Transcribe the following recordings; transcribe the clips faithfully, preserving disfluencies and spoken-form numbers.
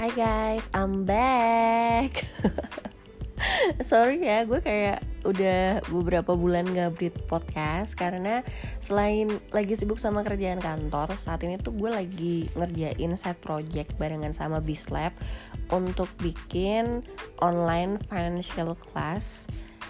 Hai guys, I'm back. Sorry ya, gue kayak udah beberapa bulan gak update podcast karena selain lagi sibuk sama kerjaan kantor, saat ini tuh gue lagi ngerjain side project barengan sama Bislab untuk bikin online financial class.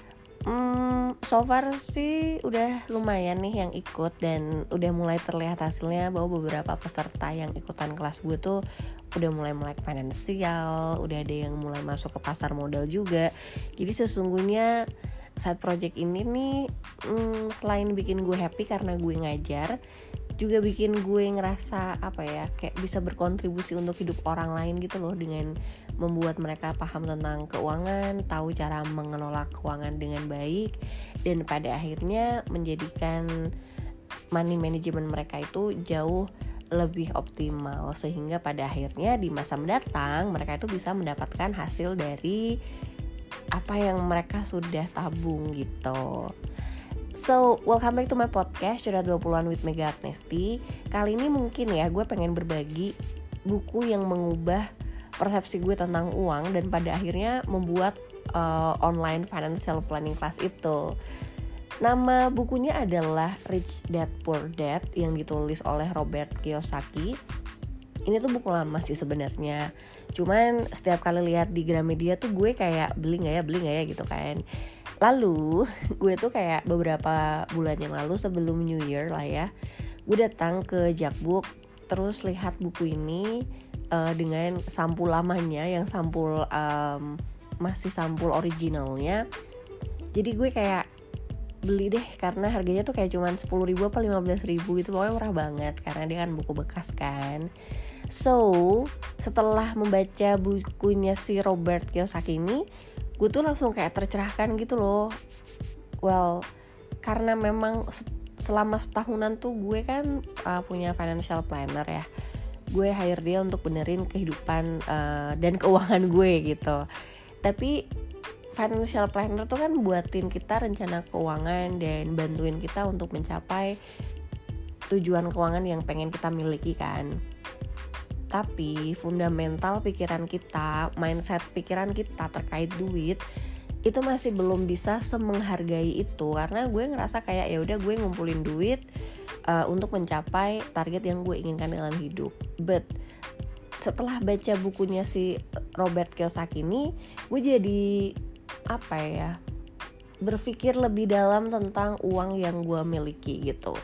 Hmm, so far sih udah lumayan nih yang ikut dan udah mulai terlihat hasilnya bahwa beberapa peserta yang ikutan kelas gue tuh udah mulai melek finansial, udah ada yang mulai masuk ke pasar modal juga. Jadi sesungguhnya side project ini nih hmm, selain bikin gue happy karena gue ngajar, juga bikin gue ngerasa apa ya, kayak bisa berkontribusi untuk hidup orang lain gitu loh, dengan membuat mereka paham tentang keuangan, tahu cara mengelola keuangan dengan baik, dan pada akhirnya menjadikan money management mereka itu jauh lebih optimal, sehingga pada akhirnya di masa mendatang mereka itu bisa mendapatkan hasil dari apa yang mereka sudah tabung gitu. So, welcome back to my podcast Curhat dua puluhan with Mega Agnesti. Kali ini mungkin ya gue pengen berbagi buku yang mengubah persepsi gue tentang uang dan pada akhirnya membuat uh, online financial planning class itu. Nama bukunya adalah Rich Dad Poor Dad yang ditulis oleh Robert Kiyosaki. Ini tuh buku lama sih sebenarnya. Cuman setiap kali lihat di Gramedia tuh gue kayak beli nggak ya, beli nggak ya gitu kan. Lalu gue tuh kayak beberapa bulan yang lalu sebelum New Year lah ya, gue datang ke Jakbook terus lihat buku ini uh, dengan sampul lamanya, yang sampul um, masih sampul originalnya. Jadi gue kayak beli deh karena harganya tuh kayak cuman sepuluh ribu apa lima belas ribu gitu, pokoknya murah banget karena dia kan buku bekas kan. So setelah membaca bukunya si Robert Kiyosaki ini, gue tuh langsung kayak tercerahkan gitu loh. Well, karena memang selama setahunan tuh gue kan uh, punya financial planner ya. Gue hire dia untuk benerin kehidupan uh, dan keuangan gue gitu. Tapi financial planner tuh kan buatin kita rencana keuangan dan bantuin kita untuk mencapai tujuan keuangan yang pengen kita miliki kan. Tapi fundamental pikiran kita, mindset pikiran kita terkait duit itu masih belum bisa semenghargai itu, karena gue ngerasa kayak ya udah gue ngumpulin duit uh, untuk mencapai target yang gue inginkan dalam hidup. But setelah baca bukunya si Robert Kiyosaki ini, gue jadi apa ya, berpikir lebih dalam tentang uang yang gue miliki gitu.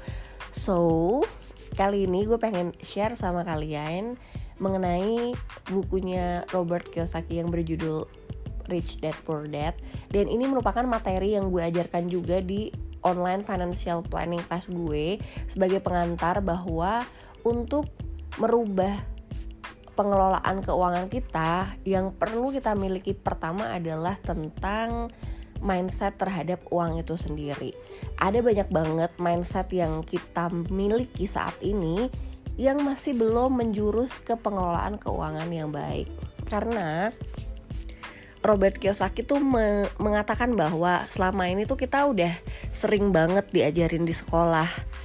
So kali ini gue pengen share sama kalian mengenai bukunya Robert Kiyosaki yang berjudul Rich Dad Poor Dad. Dan ini merupakan materi yang gue ajarkan juga di online financial planning class gue sebagai pengantar bahwa untuk merubah pengelolaan keuangan kita, yang perlu kita miliki pertama adalah tentang mindset terhadap uang itu sendiri. Ada banyak banget mindset yang kita miliki saat ini yang masih belum menjurus ke pengelolaan keuangan yang baik. Karena Robert Kiyosaki tuh me- mengatakan bahwa selama ini tuh kita udah sering banget diajarin di sekolah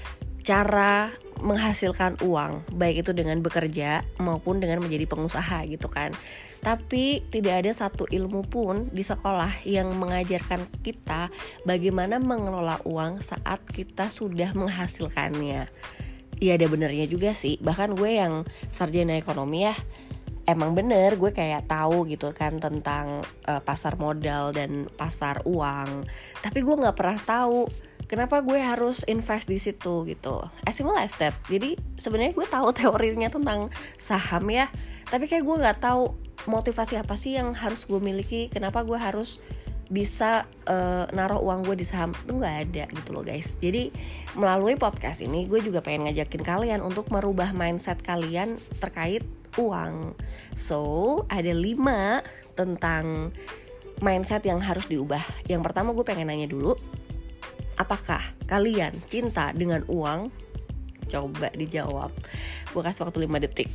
cara menghasilkan uang, baik itu dengan bekerja maupun dengan menjadi pengusaha gitu kan. Tapi tidak ada satu ilmu pun di sekolah yang mengajarkan kita bagaimana mengelola uang saat kita sudah menghasilkannya. Iya, ada benernya juga sih. Bahkan gue yang sarjana ekonomi ya, emang bener gue kayak tahu gitu kan tentang uh, pasar modal dan pasar uang. Tapi gue nggak pernah tahu kenapa gue harus invest di situ gitu. As simple as that. Jadi sebenarnya gue tahu teorinya tentang saham ya, tapi kayak gue nggak tahu motivasi apa sih yang harus gue miliki. Kenapa gue harus bisa uh, naruh uang gue di saham, itu nggak ada gitu loh guys. Jadi melalui podcast ini gue juga pengen ngajakin kalian untuk merubah mindset kalian terkait uang. So ada lima tentang mindset yang harus diubah. Yang pertama gue pengen nanya dulu, apakah kalian cinta dengan uang? Coba dijawab. Gue kasih waktu lima detik.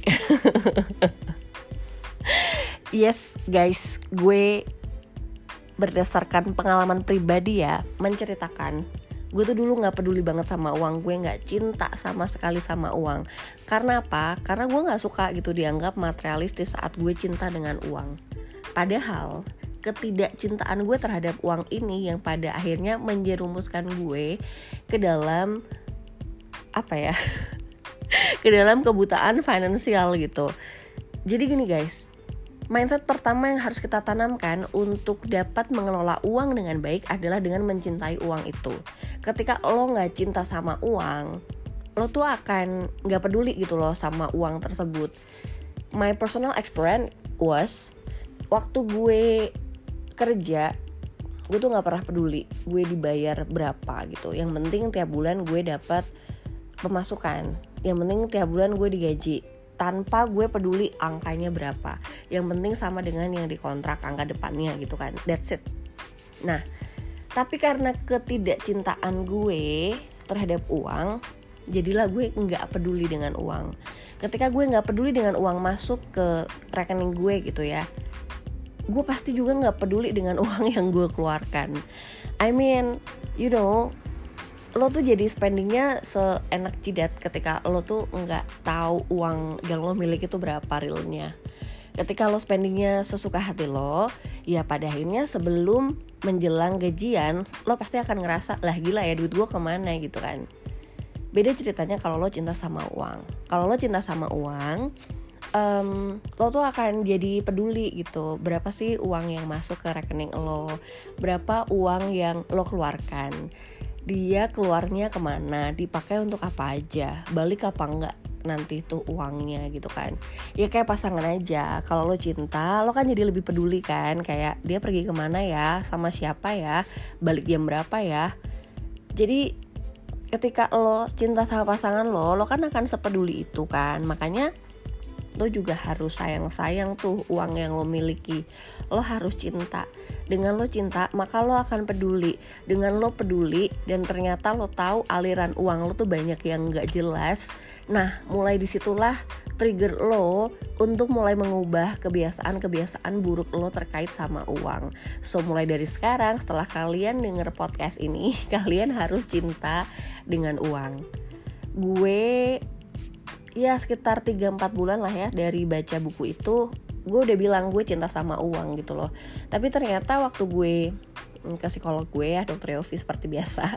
Yes guys, gue berdasarkan pengalaman pribadi ya menceritakan Gue tuh dulu gak peduli banget sama uang. Gue gak cinta sama sekali sama uang. Karena apa? Karena gue gak suka gitu dianggap materialistis saat gue cinta dengan uang. Padahal ketidakcintaan gue terhadap uang ini yang pada akhirnya menjerumuskan gue ke dalam apa ya ke dalam kebutaan finansial gitu. Jadi gini guys, mindset pertama yang harus kita tanamkan untuk dapat mengelola uang dengan baik adalah dengan mencintai uang itu. Ketika lo gak cinta sama uang, lo tuh akan gak peduli gitu loh sama uang tersebut. My personal experience was, waktu gue kerja, gue tuh gak pernah peduli gue dibayar berapa gitu. Yang penting tiap bulan gue dapat pemasukan, yang penting tiap bulan gue digaji, tanpa gue peduli angkanya berapa. Yang penting sama dengan yang dikontrak angka depannya gitu kan. That's it. Nah, tapi karena ketidakcintaan gue terhadap uang, jadilah gue gak peduli dengan uang. Ketika gue gak peduli dengan uang masuk ke rekening gue gitu ya, gue pasti juga gak peduli dengan uang yang gue keluarkan. I mean, you know, lo tuh jadi spendingnya seenak jidat ketika lo tuh nggak tahu uang yang lo miliki itu berapa realnya. Ketika lo spendingnya sesuka hati lo, ya pada akhirnya sebelum menjelang gajian lo pasti akan ngerasa, lah gila ya duit gue kemana gitu kan. Beda ceritanya kalau lo cinta sama uang. Kalau lo cinta sama uang, um, lo tuh akan jadi peduli gitu, berapa sih uang yang masuk ke rekening lo, berapa uang yang lo keluarkan, dia keluarnya kemana, dipakai untuk apa aja, balik apa enggak nanti tuh uangnya gitu kan. Ya kayak pasangan aja, kalau lo cinta lo kan jadi lebih peduli kan, kayak dia pergi kemana ya, sama siapa ya, balik jam berapa ya. Jadi ketika lo cinta sama pasangan lo, lo kan akan sepeduli itu kan. Makanya lo juga harus sayang-sayang tuh uang yang lo miliki. Lo harus cinta. Dengan lo cinta, maka lo akan peduli. Dengan lo peduli dan ternyata lo tahu aliran uang lo tuh banyak yang gak jelas, nah mulai disitulah trigger lo untuk mulai mengubah kebiasaan-kebiasaan buruk lo terkait sama uang. So mulai dari sekarang, setelah kalian denger podcast ini, kalian harus cinta dengan uang. Gue ya sekitar tiga sampai empat bulan lah ya dari baca buku itu, gue udah bilang gue cinta sama uang gitu loh. Tapi ternyata waktu gue ke psikolog gue ya, dokter Yofi seperti biasa,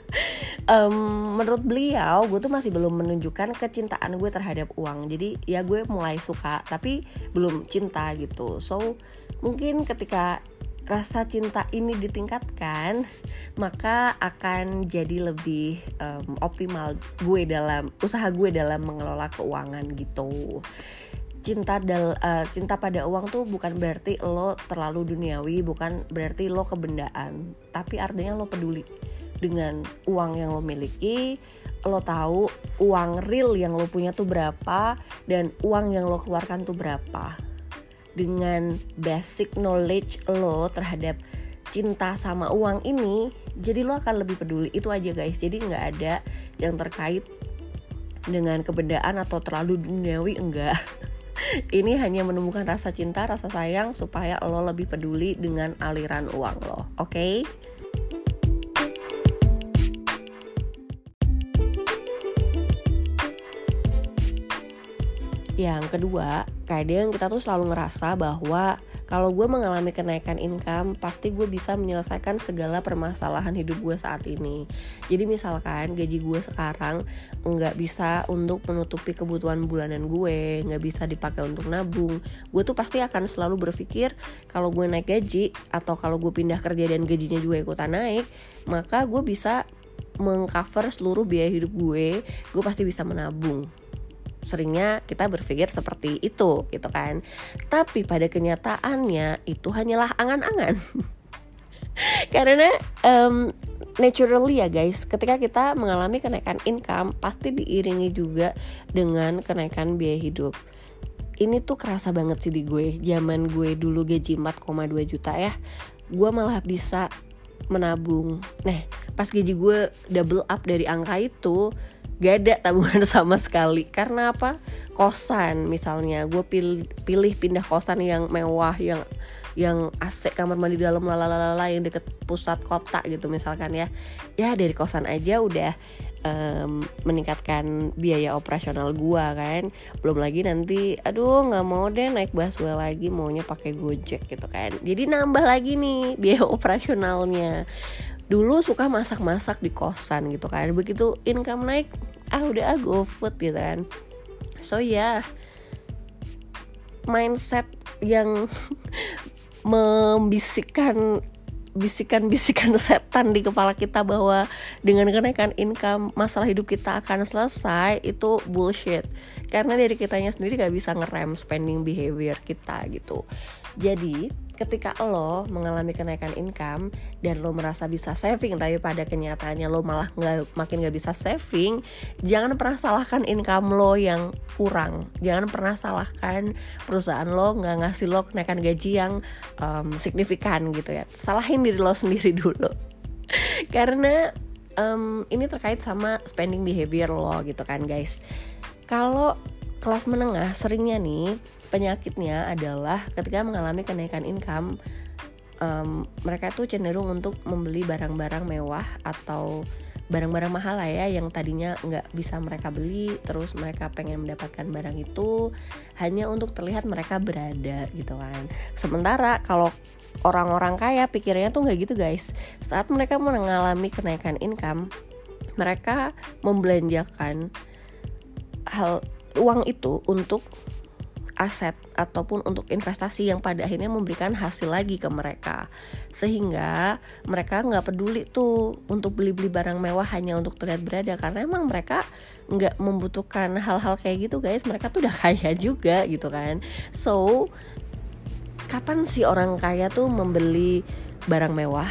um, menurut beliau gue tuh masih belum menunjukkan kecintaan gue terhadap uang. Jadi ya gue mulai suka tapi belum cinta gitu. So mungkin ketika rasa cinta ini ditingkatkan, maka akan jadi lebih um, optimal gue dalam usaha gue dalam mengelola keuangan gitu. Cinta dal, uh, cinta pada uang tuh bukan berarti lo terlalu duniawi, bukan berarti lo kebendaan, tapi artinya lo peduli dengan uang yang lo miliki. Lo tahu uang real yang lo punya tuh berapa dan uang yang lo keluarkan tuh berapa. Dengan basic knowledge lo terhadap cinta sama uang ini, jadi lo akan lebih peduli. Itu aja guys. Jadi gak ada yang terkait dengan kebendaan atau terlalu duniawi, enggak. Ini hanya menemukan rasa cinta, rasa sayang, supaya lo lebih peduli dengan aliran uang lo. Oke? Okay? Yang kedua, kadang kita tuh selalu ngerasa bahwa kalau gue mengalami kenaikan income, pasti gue bisa menyelesaikan segala permasalahan hidup gue saat ini. Jadi misalkan gaji gue sekarang nggak bisa untuk menutupi kebutuhan bulanan gue, nggak bisa dipakai untuk nabung, gue tuh pasti akan selalu berpikir kalau gue naik gaji atau kalau gue pindah kerja dan gajinya juga ikutan naik, maka gue bisa mengcover seluruh biaya hidup gue, gue pasti bisa menabung. Seringnya kita berpikir seperti itu gitu kan. Tapi pada kenyataannya itu hanyalah angan-angan. Karena um, naturally ya guys, ketika kita mengalami kenaikan income, pasti diiringi juga dengan kenaikan biaya hidup. Ini tuh kerasa banget sih di gue. Zaman gue dulu gaji empat koma dua juta ya, gue malah bisa menabung. Nah pas gaji gue double up dari angka itu, gak ada tabungan sama sekali. Karena apa? Kosan misalnya, gue pilih, pilih pindah kosan yang mewah, yang yang A C kamar mandi dalam lalalala yang deket pusat kota gitu misalkan ya. Ya dari kosan aja udah um, meningkatkan biaya operasional gua kan. Belum lagi nanti aduh nggak mau deh naik busway lagi, maunya pakai Gojek gitu kan. Jadi nambah lagi nih biaya operasionalnya. Dulu suka masak-masak di kosan gitu kan, begitu income naik ah udah ah GoFood gitu kan. So ya yeah, mindset yang membisikkan bisikan-bisikan setan di kepala kita bahwa dengan kenaikan income masalah hidup kita akan selesai, itu bullshit. Karena dari kitanya sendiri gak bisa ngerem spending behavior kita gitu. Jadi ketika lo mengalami kenaikan income dan lo merasa bisa saving tapi pada kenyataannya lo malah gak, makin gak bisa saving, jangan pernah salahkan income lo yang kurang. Jangan pernah salahkan perusahaan lo gak ngasih lo kenaikan gaji yang um, signifikan gitu ya. Salahin diri lo sendiri dulu. Karena um, ini terkait sama spending behavior lo gitu kan guys. Kalau kelas menengah seringnya nih penyakitnya adalah ketika mengalami kenaikan income, um, mereka tuh cenderung untuk membeli barang-barang mewah atau barang-barang mahal lah ya, yang tadinya nggak bisa mereka beli, terus mereka pengen mendapatkan barang itu hanya untuk terlihat mereka berada gitu kan. Sementara kalau orang-orang kaya pikirnya tuh nggak gitu guys. Saat mereka mengalami kenaikan income, mereka membelanjakan hal uang itu untuk aset ataupun untuk investasi yang pada akhirnya memberikan hasil lagi ke mereka, sehingga mereka nggak peduli tuh untuk beli-beli barang mewah hanya untuk terlihat berada, karena emang mereka nggak membutuhkan hal-hal kayak gitu guys. Mereka tuh udah kaya juga gitu kan. So kapan sih orang kaya tuh membeli barang mewah?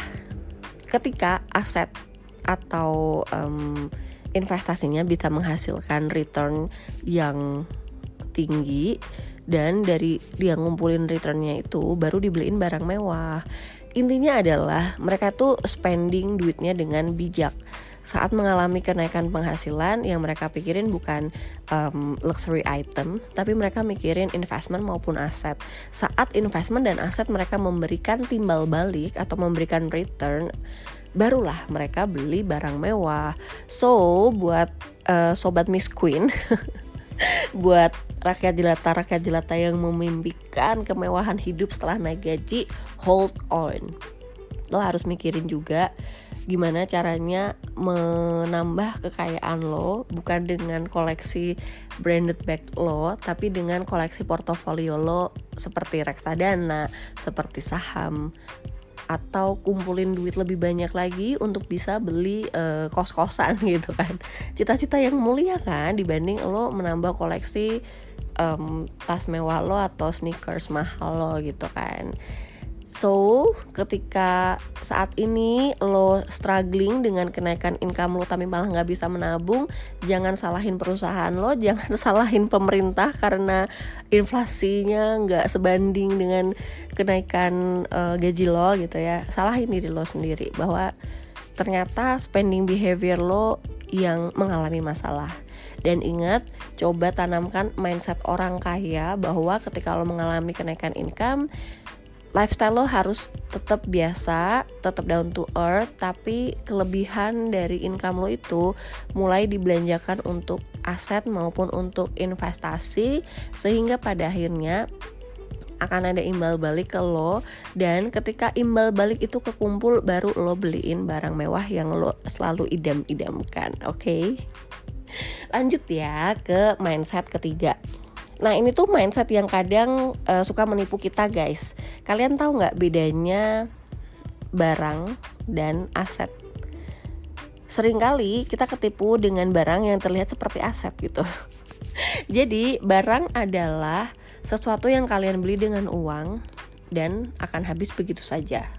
Ketika aset atau um, investasinya bisa menghasilkan return yang tinggi, dan dari dia ngumpulin returnnya itu baru dibeliin barang mewah. Intinya adalah mereka tuh spending duitnya dengan bijak. Saat mengalami kenaikan penghasilan, yang mereka pikirin bukan um, luxury item, tapi mereka mikirin investment maupun aset. Saat investment dan aset mereka memberikan timbal balik atau memberikan return, barulah mereka beli barang mewah. So buat uh, sobat Miss Queen buat rakyat jelata rakyat jelata yang memimpikan kemewahan hidup setelah naik gaji, hold on. Lo harus mikirin juga gimana caranya menambah kekayaan lo, bukan dengan koleksi branded bag lo, tapi dengan koleksi portofolio lo seperti reksadana, seperti saham, atau kumpulin duit lebih banyak lagi untuk bisa beli uh, kos-kosan gitu kan. Cita-cita yang mulia kan, dibanding lo menambah koleksi um, tas mewah lo atau sneakers mahal lo gitu kan. So ketika saat ini lo struggling dengan kenaikan income lo tapi malah gak bisa menabung, jangan salahin perusahaan lo, jangan salahin pemerintah karena inflasinya gak sebanding dengan kenaikan uh, gaji lo gitu ya. Salahin diri lo sendiri bahwa ternyata spending behavior lo yang mengalami masalah. Dan ingat, coba tanamkan mindset orang kaya bahwa ketika lo mengalami kenaikan income, lifestyle lo harus tetap biasa, tetap down to earth, tapi kelebihan dari income lo itu mulai dibelanjakan untuk aset maupun untuk investasi, sehingga pada akhirnya akan ada imbal balik ke lo, dan ketika imbal balik itu kekumpul baru lo beliin barang mewah yang lo selalu idam-idamkan. Oke, okay? Lanjut ya ke mindset ketiga. Nah ini tuh mindset yang kadang uh, suka menipu kita guys. Kalian tahu nggak bedanya barang dan aset? Seringkali kita ketipu dengan barang yang terlihat seperti aset gitu. Jadi barang adalah sesuatu yang kalian beli dengan uang dan akan habis begitu saja.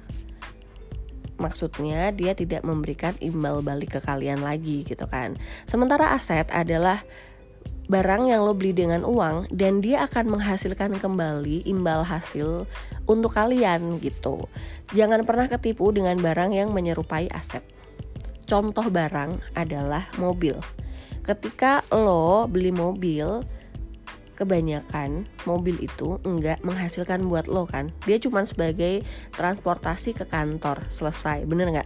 Maksudnya dia tidak memberikan imbal balik ke kalian lagi gitu kan. Sementara aset adalah barang yang lo beli dengan uang dan dia akan menghasilkan kembali imbal hasil untuk kalian gitu. Jangan pernah ketipu dengan barang yang menyerupai aset. Contoh barang adalah mobil. Ketika lo beli mobil, kebanyakan mobil itu enggak menghasilkan buat lo kan. Dia cuma sebagai transportasi ke kantor, selesai, bener gak?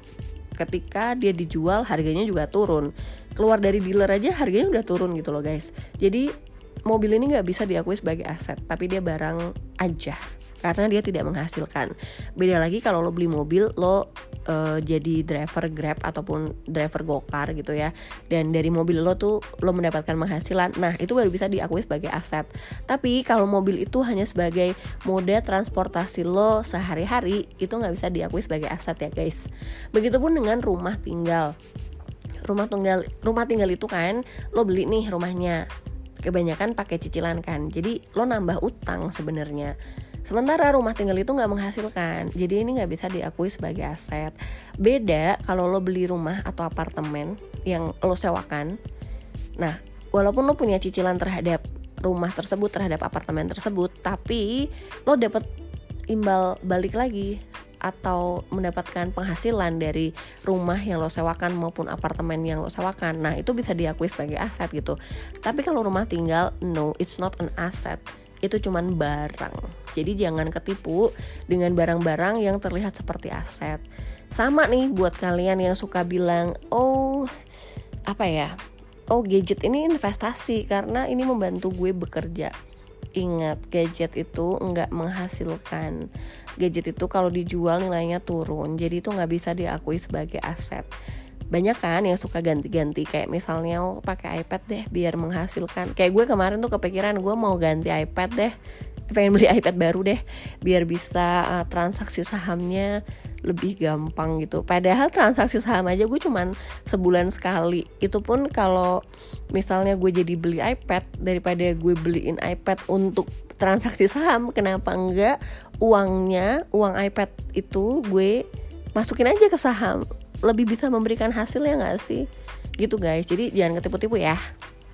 Ketika dia dijual harganya juga turun. Keluar dari dealer aja harganya udah turun gitu loh guys. Jadi mobil ini gak bisa diakui sebagai aset, tapi dia barang aja, karena dia tidak menghasilkan. Beda lagi kalau lo beli mobil, lo uh, jadi driver Grab ataupun driver Gokar gitu ya, dan dari mobil lo tuh lo mendapatkan penghasilan. Nah itu baru bisa diakui sebagai aset. Tapi kalau mobil itu hanya sebagai moda transportasi lo sehari-hari, itu gak bisa diakui sebagai aset ya guys. Begitupun dengan rumah tinggal. Rumah tinggal, rumah tinggal itu kan lo beli nih rumahnya, kebanyakan pakai cicilan kan, jadi lo nambah utang sebenarnya. Sementara rumah tinggal itu nggak menghasilkan, jadi ini nggak bisa diakui sebagai aset. Beda kalau lo beli rumah atau apartemen yang lo sewakan. Nah, walaupun lo punya cicilan terhadap rumah tersebut, terhadap apartemen tersebut, tapi lo dapat imbal balik lagi atau mendapatkan penghasilan dari rumah yang lo sewakan maupun apartemen yang lo sewakan. Nah itu bisa diakui sebagai aset gitu. Tapi kalau rumah tinggal, no, it's not an asset. Itu cuman barang. Jadi jangan ketipu dengan barang-barang yang terlihat seperti aset. Sama nih buat kalian yang suka bilang, oh apa ya, oh gadget ini investasi karena ini membantu gue bekerja. Ingat, gadget itu nggak menghasilkan. Gadget itu kalau dijual nilainya turun, jadi itu nggak bisa diakui sebagai aset. Banyak kan yang suka ganti-ganti, kayak misalnya oh, pakai iPad deh biar menghasilkan. Kayak gue kemarin tuh kepikiran gue mau ganti iPad deh, pengen beli iPad baru deh biar bisa uh, transaksi sahamnya lebih gampang gitu. Padahal transaksi saham aja gue cuman sebulan sekali. Itu pun kalau misalnya gue jadi beli iPad, daripada gue beliin iPad untuk transaksi saham, kenapa enggak uangnya, uang iPad itu gue masukin aja ke saham, lebih bisa memberikan hasil ya gak sih? Gitu guys, jadi jangan ketipu-tipu ya.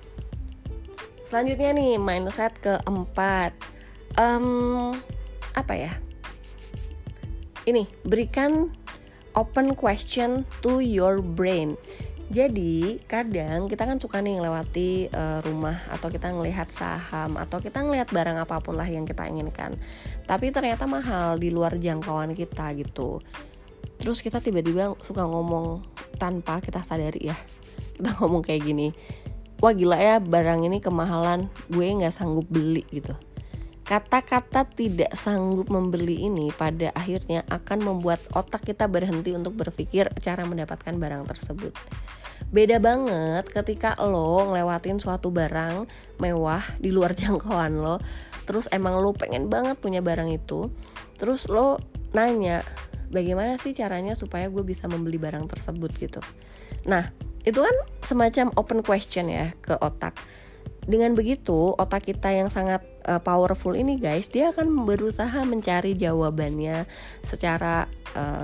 Selanjutnya nih, mindset keempat, um, apa ya? Ini, berikan open question to your brain. Jadi kadang kita kan suka nih ngelewati uh, rumah, atau kita ngelihat saham, atau kita ngelihat barang apapun lah yang kita inginkan, tapi ternyata mahal, di luar jangkauan kita gitu. Terus kita tiba-tiba suka ngomong tanpa kita sadari ya, kita ngomong kayak gini, wah gila ya barang ini kemahalan, gue gak sanggup beli gitu. Kata-kata tidak sanggup membeli ini pada akhirnya akan membuat otak kita berhenti untuk berpikir cara mendapatkan barang tersebut. Beda banget ketika lo ngelewatin suatu barang mewah di luar jangkauan lo, terus emang lo pengen banget punya barang itu, terus lo nanya, bagaimana sih caranya supaya gue bisa membeli barang tersebut gitu. Nah, itu kan semacam open question ya ke otak. Dengan begitu, otak kita yang sangat uh, powerful ini guys, dia akan berusaha mencari jawabannya secara uh,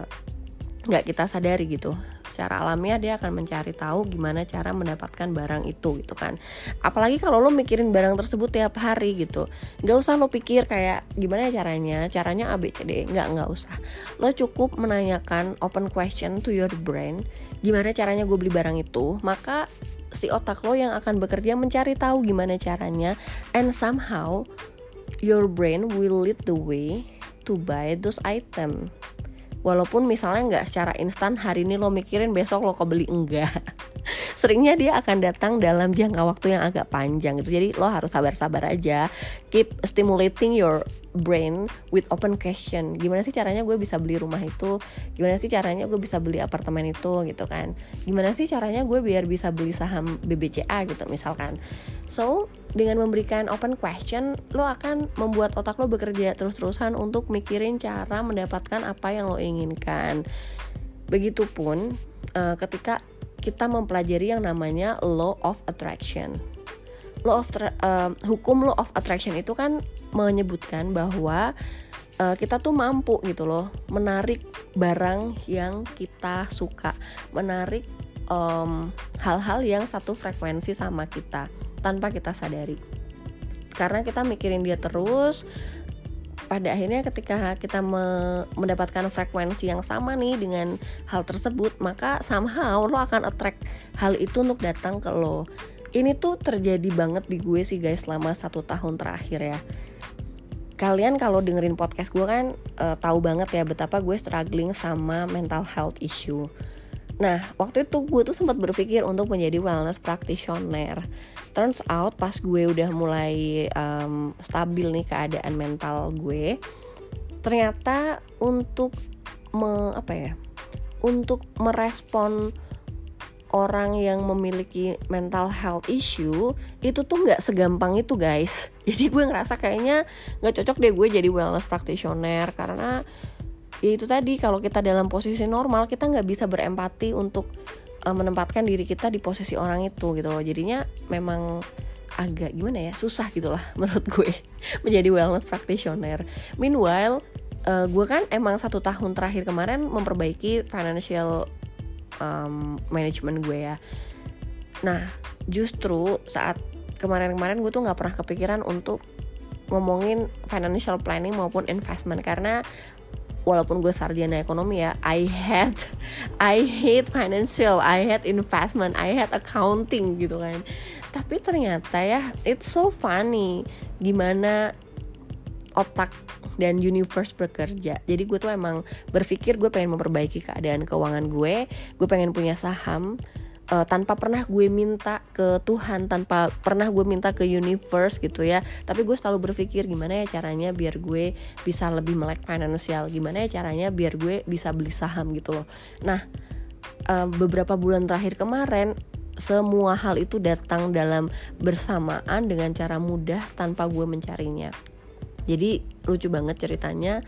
gak kita sadari gitu. Secara alamiah dia akan mencari tahu gimana cara mendapatkan barang itu gitu kan. Apalagi kalau lo mikirin barang tersebut tiap hari gitu, gak usah lo pikir kayak gimana caranya, caranya A B C D, gak, gak usah. Lo cukup menanyakan open question to your brain, gimana caranya gue beli barang itu, maka si otak lo yang akan bekerja mencari tahu gimana caranya, and somehow your brain will lead the way to buy those item. Walaupun misalnya nggak secara instan hari ini lo mikirin, besok lo kebeli, enggak. Seringnya dia akan datang dalam jangka waktu yang agak panjang gitu. Jadi lo harus sabar-sabar aja. Keep stimulating your brain with open question. Gimana sih caranya gue bisa beli rumah itu? Gimana sih caranya gue bisa beli apartemen itu gitu kan? Gimana sih caranya gue biar bisa beli saham B B C A gitu misalkan. So, dengan memberikan open question, lo akan membuat otak lo bekerja terus-terusan untuk mikirin cara mendapatkan apa yang lo inginkan. Begitupun uh, ketika kita mempelajari yang namanya law of attraction. Law of tra- uh, hukum law of attraction itu kan menyebutkan bahwa uh, kita tuh mampu gitu loh menarik barang yang kita suka, menarik um, hal-hal yang satu frekuensi sama kita tanpa kita sadari. Karena kita mikirin dia terus, pada akhirnya ketika kita me- mendapatkan frekuensi yang sama nih dengan hal tersebut, maka somehow lo akan attract hal itu untuk datang ke lo. ini tuh terjadi banget di gue sih guys selama satu tahun terakhir ya. Kalian kalau dengerin podcast gue kan uh, tahu banget ya betapa gue struggling sama mental health issue. Nah waktu itu gue tuh sempat berpikir untuk menjadi wellness practitioner. Turns out pas gue udah mulai um, stabil nih keadaan mental gue, ternyata untuk me, apa ya, untuk merespon orang yang memiliki mental health issue itu tuh nggak segampang itu guys. Jadi gue ngerasa kayaknya nggak cocok deh gue jadi wellness practitioner karena ya itu tadi, kalau kita dalam posisi normal kita nggak bisa berempati untuk uh, menempatkan diri kita di posisi orang itu gitu loh. Jadinya memang agak gimana ya, susah gitulah menurut gue menjadi wellness practitioner. Meanwhile uh, gue kan emang satu tahun terakhir kemarin memperbaiki financial Um, manajemen gue ya. Nah justru saat kemarin-kemarin gue tuh gak pernah kepikiran untuk ngomongin financial planning maupun investment, karena walaupun gue sarjana ekonomi ya, I hate I hate financial, I hate investment, I hate accounting gitu kan. Tapi ternyata ya it's so funny gimana otak dan universe bekerja. Jadi gue tuh emang berpikir gue pengen memperbaiki keadaan keuangan gue. Gue pengen punya saham uh, tanpa pernah gue minta ke Tuhan, tanpa pernah gue minta ke universe gitu ya. Tapi gue selalu berpikir gimana ya caranya biar gue bisa lebih melek financial, gimana ya caranya biar gue bisa beli saham gitu loh. Nah uh, beberapa bulan terakhir kemarin semua hal itu datang dalam bersamaan dengan cara mudah tanpa gue mencarinya. Jadi lucu banget ceritanya,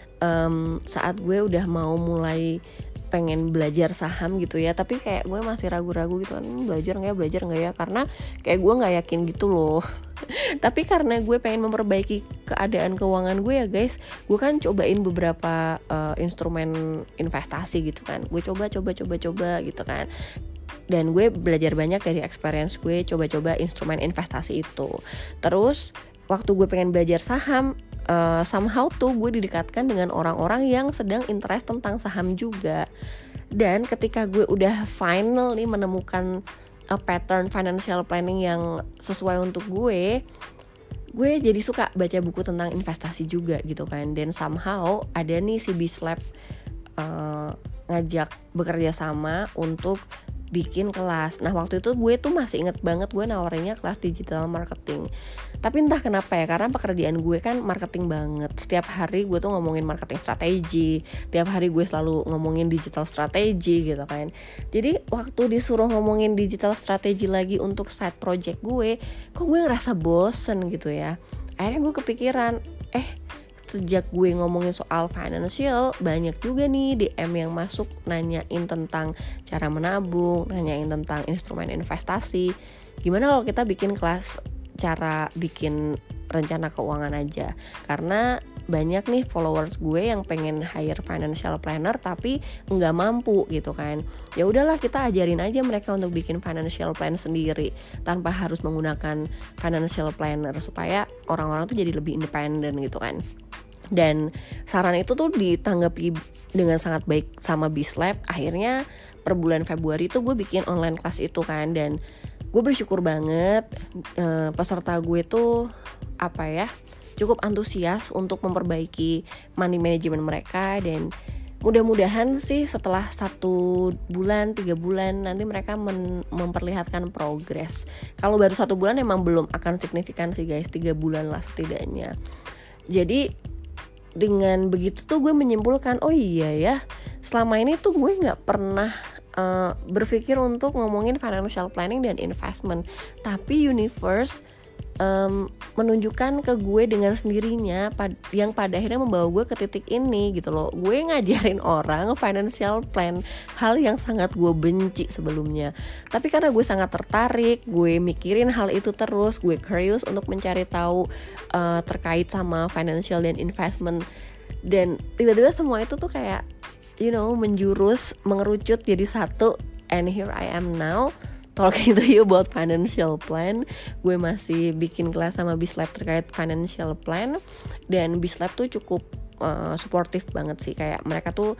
um, saat gue udah mau mulai pengen belajar saham gitu ya, tapi kayak gue masih ragu-ragu gitu kan, belajar nggak ya belajar nggak ya, karena kayak gue nggak yakin gitu loh. Tapi karena gue pengen memperbaiki keadaan keuangan gue ya guys, gue kan cobain beberapa uh, instrumen investasi gitu kan, gue coba coba coba coba gitu kan. Dan gue belajar banyak dari experience gue coba-coba instrumen investasi itu. Terus waktu gue pengen belajar saham, uh, somehow tuh gue didekatkan dengan orang-orang yang sedang interest tentang saham juga. Dan ketika gue udah finally menemukan a pattern financial planning yang sesuai untuk gue, gue jadi suka baca buku tentang investasi juga gitu kan. Dan somehow ada nih si Bislab uh, ngajak bekerja sama untuk bikin kelas. Nah waktu itu gue tuh masih inget banget gue nawarinnya kelas digital marketing. Tapi entah kenapa ya, karena pekerjaan gue kan marketing banget. Setiap hari gue tuh ngomongin marketing strategi, tiap hari gue selalu ngomongin digital strategi gitu kan. Jadi waktu disuruh ngomongin digital strategi lagi untuk side project gue, kok gue ngerasa bosen gitu ya. Akhirnya gue kepikiran, eh sejak gue ngomongin soal financial, banyak juga nih D M yang masuk nanyain tentang cara menabung, nanyain tentang instrumen investasi. Gimana kalau kita bikin kelas cara bikin rencana keuangan aja? Karena banyak nih followers gue yang pengen hire financial planner tapi nggak mampu gitu kan. Ya udahlah kita ajarin aja mereka untuk bikin financial plan sendiri tanpa harus menggunakan financial planner supaya orang-orang tuh jadi lebih independen gitu kan. Dan saran itu tuh ditanggapi dengan sangat baik sama Bislab. Akhirnya per bulan Februari tuh gue bikin online kelas itu kan. Dan gue bersyukur banget e, peserta gue tuh apa ya, cukup antusias untuk memperbaiki money management mereka. Dan mudah-mudahan sih setelah satu bulan, tiga bulan nanti mereka men- memperlihatkan progres. Kalau baru satu bulan emang belum akan signifikan sih guys, tiga bulan lah setidaknya. Jadi dengan begitu tuh gue menyimpulkan, oh iya ya, selama ini tuh gue gak pernah uh, berpikir untuk ngomongin financial planning dan investment. Tapi universe um, menunjukkan ke gue dengan sendirinya pad- yang pada akhirnya membawa gue ke titik ini gitu loh. Gue ngajarin orang financial plan, hal yang sangat gue benci sebelumnya. Tapi karena gue sangat tertarik, gue mikirin hal itu terus, gue curious untuk mencari tahu uh, terkait sama financial dan investment. Dan tiba-tiba semua itu tuh kayak, you know, menjurus, mengerucut jadi satu. And here I am now talking to you about financial plan. Gue masih bikin kelas sama Bislab terkait financial plan. Dan Bislab tuh cukup uh, supportive banget sih. Kayak mereka tuh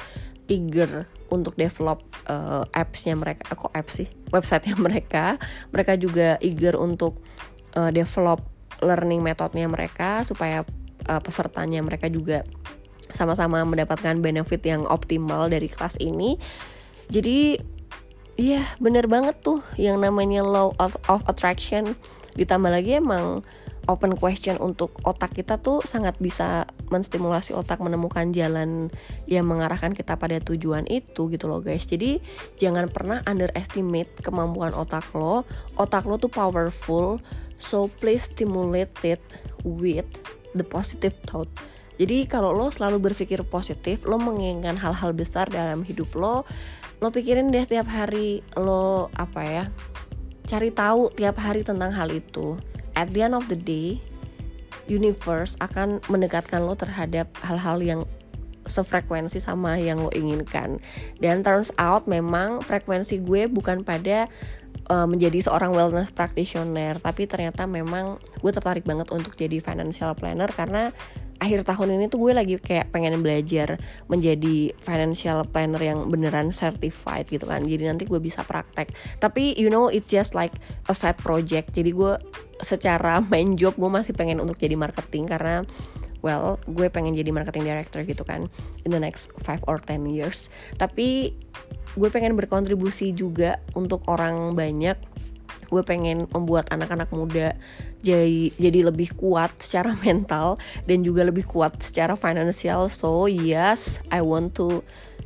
eager untuk develop uh, apps-nya mereka, kok apps sih, website-nya mereka. Mereka juga eager untuk uh, develop learning metodenya mereka supaya uh, pesertanya mereka juga sama-sama mendapatkan benefit yang optimal dari kelas ini. Jadi iya bener banget tuh yang namanya law of, of attraction. Ditambah lagi emang open question untuk otak kita tuh sangat bisa menstimulasi otak menemukan jalan yang mengarahkan kita pada tujuan itu gitu loh guys. Jadi jangan pernah underestimate kemampuan otak lo. Otak lo tuh powerful, so please stimulate it with the positive thought. Jadi kalau lo selalu berpikir positif, lo menginginkan hal-hal besar dalam hidup lo, lo pikirin deh tiap hari, lo apa ya, cari tahu tiap hari tentang hal itu. At the end of the day, universe akan mendekatkan lo terhadap hal-hal yang sefrekuensi sama yang lo inginkan. Dan turns out memang frekuensi gue bukan pada uh, menjadi seorang wellness practitioner, tapi ternyata memang gue tertarik banget untuk jadi financial planner karena akhir tahun ini tuh gue lagi kayak pengen belajar menjadi financial planner yang beneran certified gitu kan. Jadi nanti gue bisa praktek. Tapi you know it's just like a side project. Jadi gue secara main job gue masih pengen untuk jadi marketing karena well gue pengen jadi marketing director gitu kan in the next five or ten years. Tapi gue pengen berkontribusi juga untuk orang banyak. Gue pengen membuat anak-anak muda jadi jadi lebih kuat secara mental dan juga lebih kuat secara financial. So yes, I want to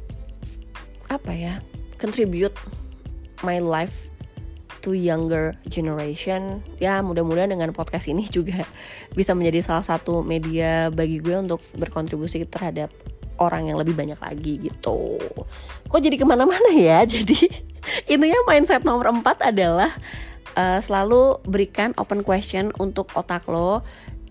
apa ya, contribute my life to younger generation. Ya mudah-mudahan dengan podcast ini juga bisa menjadi salah satu media bagi gue untuk berkontribusi terhadap orang yang lebih banyak lagi gitu. Kok jadi kemana-mana ya? Jadi intinya mindset nomor empat adalah Uh, selalu berikan open question untuk otak lo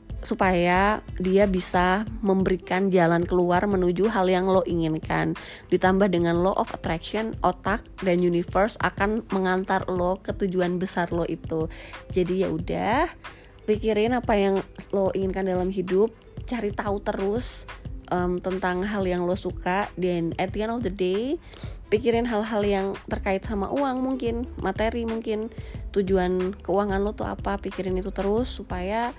supaya dia bisa memberikan jalan keluar menuju hal yang lo inginkan. Ditambah dengan law of attraction, otak dan universe akan mengantar lo ke tujuan besar lo itu. Jadi ya udah, pikirin apa yang lo inginkan dalam hidup, cari tahu terus um, tentang hal yang lo suka, dan at the end of the day pikirin hal-hal yang terkait sama uang, mungkin materi, mungkin tujuan keuangan lo tuh apa. Pikirin itu terus supaya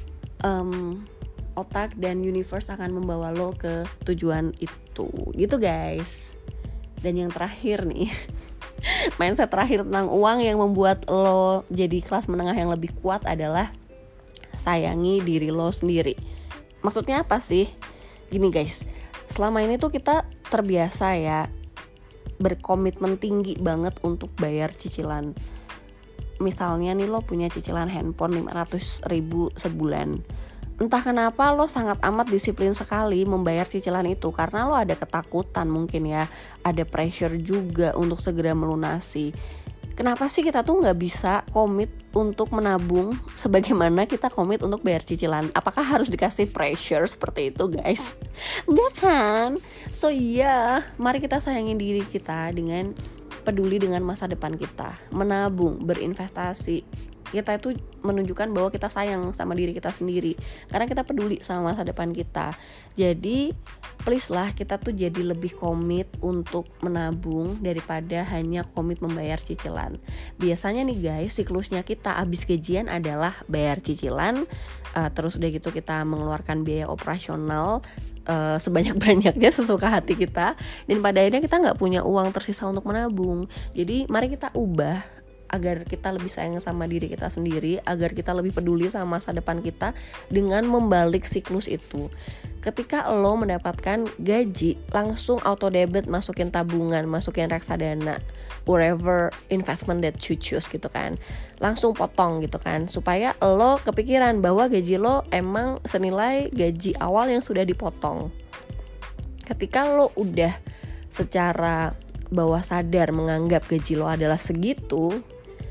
um, otak dan universe akan membawa lo ke tujuan itu gitu guys. Dan yang terakhir nih, mindset terakhir tentang uang yang membuat lo jadi kelas menengah yang lebih kuat adalah sayangi diri lo sendiri. Maksudnya apa sih? Gini guys, selama ini tuh kita terbiasa ya berkomitmen tinggi banget untuk bayar cicilan. Misalnya nih lo punya cicilan handphone lima ratus ribu sebulan. Entah kenapa lo sangat amat disiplin sekali membayar cicilan itu karena lo ada ketakutan mungkin ya, ada pressure juga untuk segera melunasi. Kenapa sih kita tuh gak bisa komit untuk menabung sebagaimana kita komit untuk bayar cicilan? Apakah harus dikasih pressure seperti itu guys? Enggak kan? So iya, mari kita sayangin diri kita dengan peduli dengan masa depan kita. Menabung, berinvestasi. Kita itu menunjukkan bahwa kita sayang sama diri kita sendiri karena kita peduli sama masa depan kita. Jadi please lah, kita tuh jadi lebih komit untuk menabung daripada hanya komit membayar cicilan. Biasanya nih guys, siklusnya kita abis gajian adalah bayar cicilan, uh, terus udah gitu kita mengeluarkan biaya operasional uh, sebanyak-banyaknya sesuka hati kita, dan pada akhirnya kita gak punya uang tersisa untuk menabung. Jadi mari kita ubah agar kita lebih sayang sama diri kita sendiri, agar kita lebih peduli sama masa depan kita dengan membalik siklus itu. Ketika lo mendapatkan gaji, langsung auto debit, masukin tabungan, masukin reksadana, whatever investment that you choose gitu kan. Langsung potong gitu kan, supaya lo kepikiran bahwa gaji lo emang senilai gaji awal yang sudah dipotong. Ketika lo udah secara bawah sadar menganggap gaji lo adalah segitu,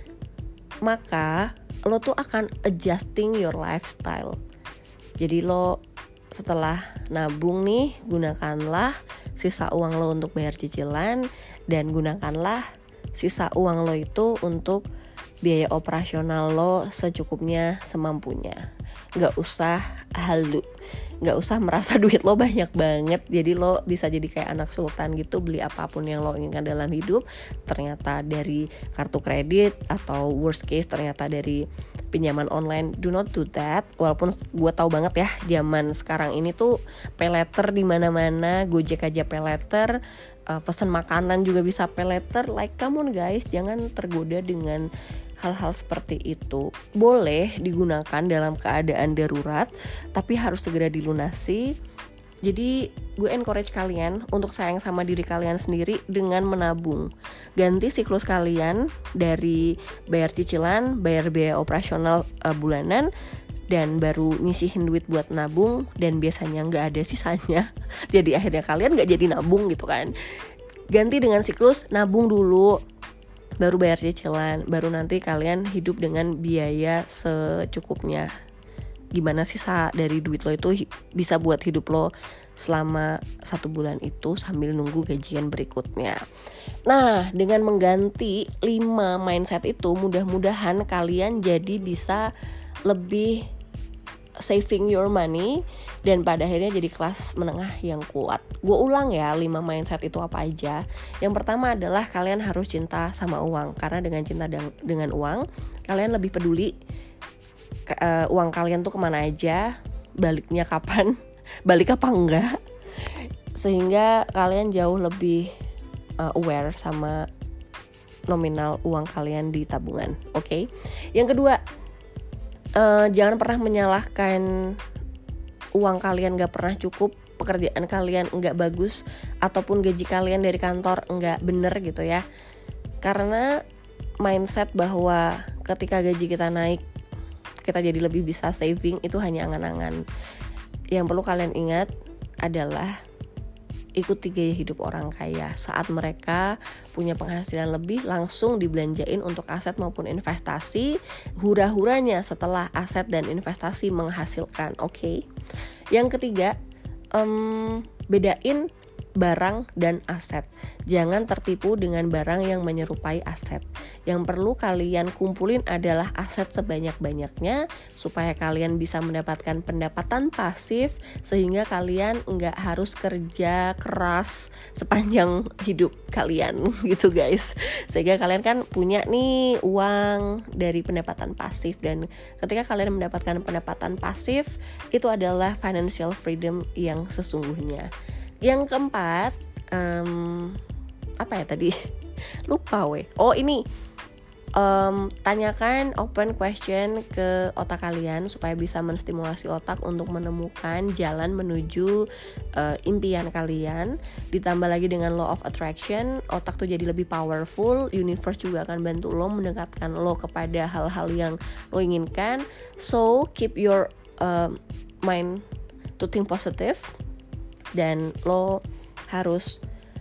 maka lo tuh akan adjusting your lifestyle. Jadi lo setelah nabung nih, gunakanlah sisa uang lo untuk bayar cicilan, dan gunakanlah sisa uang lo itu untuk biaya operasional lo secukupnya, semampunya. Gak usah halu, gak usah merasa duit lo banyak banget, jadi lo bisa jadi kayak anak sultan gitu, beli apapun yang lo inginkan dalam hidup ternyata dari kartu kredit, atau worst case ternyata dari pinjaman online. Do not do that. Walaupun gue tahu banget ya, zaman sekarang ini tuh pay later di mana-mana, Gojek aja pay later, uh, pesan makanan juga bisa pay later. Like come on guys, jangan tergoda dengan hal-hal seperti itu. Boleh digunakan dalam keadaan darurat, tapi harus segera dilunasi. Jadi gue encourage kalian untuk sayang sama diri kalian sendiri dengan menabung. Ganti siklus kalian dari bayar cicilan, bayar biaya operasional uh, bulanan, dan baru nyisihin duit buat nabung, dan biasanya gak ada sisanya. Jadi akhirnya kalian gak jadi nabung gitu kan. Ganti dengan siklus nabung dulu, baru bayar cicilan, baru nanti kalian hidup dengan biaya secukupnya. Gimana sisa dari duit lo itu bisa buat hidup lo selama satu bulan itu sambil nunggu gajian berikutnya. Nah, dengan mengganti lima mindset itu, mudah-mudahan kalian jadi bisa lebih saving your money, dan pada akhirnya jadi kelas menengah yang kuat. Gue ulang ya, lima mindset itu apa aja. Yang pertama adalah kalian harus cinta sama uang, karena dengan cinta dengan uang, kalian lebih peduli uh, uang kalian tuh kemana aja, baliknya kapan, balik apa enggak, sehingga kalian jauh lebih uh, aware sama nominal uang kalian di tabungan. Oke, okay? Yang kedua, Uh, jangan pernah menyalahkan uang kalian gak pernah cukup, pekerjaan kalian gak bagus, ataupun gaji kalian dari kantor gak bener gitu ya. Karena mindset bahwa ketika gaji kita naik, kita jadi lebih bisa saving, itu hanya angan-angan. Yang perlu kalian ingat adalah ikuti gaya hidup orang kaya. Saat mereka punya penghasilan lebih, langsung dibelanjain untuk aset maupun investasi, hura-huranya setelah aset dan investasi menghasilkan. Oke. Okay? Yang ketiga, um, bedain barang dan aset. Jangan tertipu dengan barang yang menyerupai aset. Yang perlu kalian kumpulin adalah aset sebanyak-banyaknya, supaya kalian bisa mendapatkan pendapatan pasif, sehingga kalian nggak harus kerja keras sepanjang hidup kalian gitu guys. Sehingga kalian kan punya nih uang dari pendapatan pasif, dan ketika kalian mendapatkan pendapatan pasif, itu adalah financial freedom yang sesungguhnya. Yang keempat, um, apa ya tadi? Lupa weh. Oh ini, um, tanyakan open question ke otak kalian supaya bisa menstimulasi otak untuk menemukan jalan menuju uh, impian kalian. Ditambah lagi dengan law of attraction, otak tuh jadi lebih powerful. Universe juga akan bantu lo mendekatkan lo kepada hal-hal yang lo inginkan. So keep your uh, mind to think positive. Dan lo harus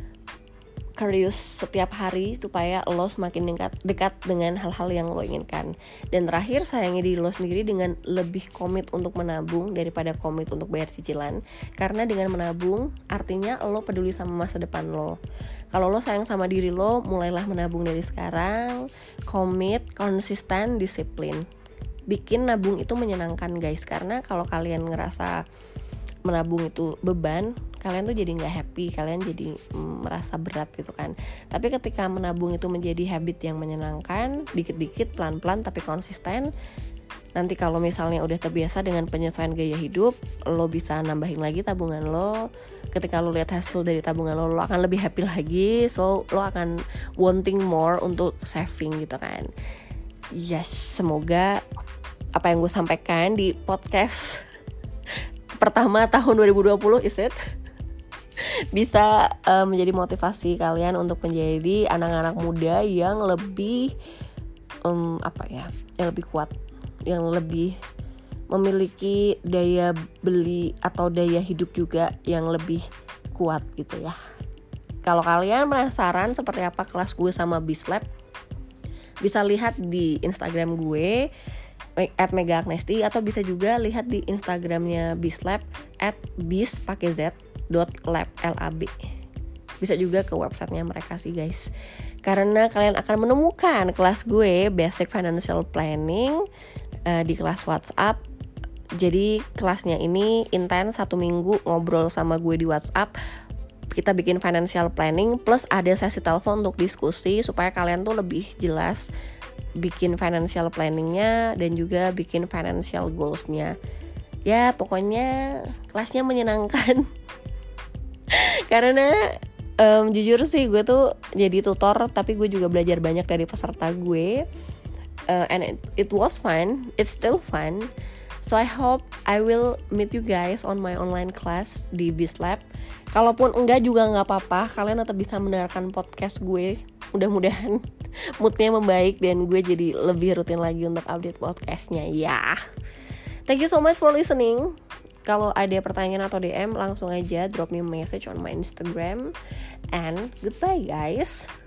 curious setiap hari supaya lo semakin dekat, dekat dengan hal-hal yang lo inginkan. Dan terakhir, sayangi diri lo sendiri dengan lebih komit untuk menabung daripada komit untuk bayar cicilan. Karena dengan menabung artinya lo peduli sama masa depan lo. Kalau lo sayang sama diri lo, mulailah menabung dari sekarang. Komit, konsisten, disiplin. Bikin nabung itu menyenangkan guys. Karena kalau kalian ngerasa menabung itu beban, kalian tuh jadi nggak happy, kalian jadi mm, merasa berat gitu kan. Tapi ketika menabung itu menjadi habit yang menyenangkan, dikit-dikit, pelan-pelan tapi konsisten, nanti kalau misalnya udah terbiasa dengan penyesuaian gaya hidup, lo bisa nambahin lagi tabungan lo. Ketika lo lihat hasil dari tabungan lo, lo akan lebih happy lagi, so lo akan wanting more untuk saving gitu kan. Yes, semoga apa yang gue sampaikan di podcast pertama tahun dua ribu dua puluh is it bisa uh, menjadi motivasi kalian untuk menjadi anak-anak muda yang lebih um, apa ya, yang lebih kuat, yang lebih memiliki daya beli atau daya hidup juga yang lebih kuat gitu ya. Kalau kalian penasaran seperti apa kelas gue sama Bislab, bisa lihat di Instagram gue at mega agnesti, atau bisa juga lihat di Instagramnya Bislab at bis pakai z dot lab lab. bisa juga ke websitenya mereka sih guys. Karena kalian akan menemukan kelas gue Basic Financial Planning uh, di kelas WhatsApp. Jadi kelasnya ini intens, satu minggu ngobrol sama gue di WhatsApp. Kita bikin financial planning plus ada sesi telepon untuk diskusi supaya kalian tuh lebih jelas bikin financial planningnya dan juga bikin financial goalsnya. Ya pokoknya kelasnya menyenangkan. Karena um, jujur sih gue tuh jadi tutor, tapi gue juga belajar banyak dari peserta gue. uh, And it, it was fun, it's still fun. So I hope I will meet you guys on my online class di BizLab. Kalaupun enggak juga gak apa-apa, kalian tetap bisa mendengarkan podcast gue. Mudah-mudahan moodnya membaik dan gue jadi lebih rutin lagi untuk update podcastnya ya. Thank you so much for listening. Kalau ada pertanyaan atau D M langsung aja drop me a message on my Instagram. And goodbye guys.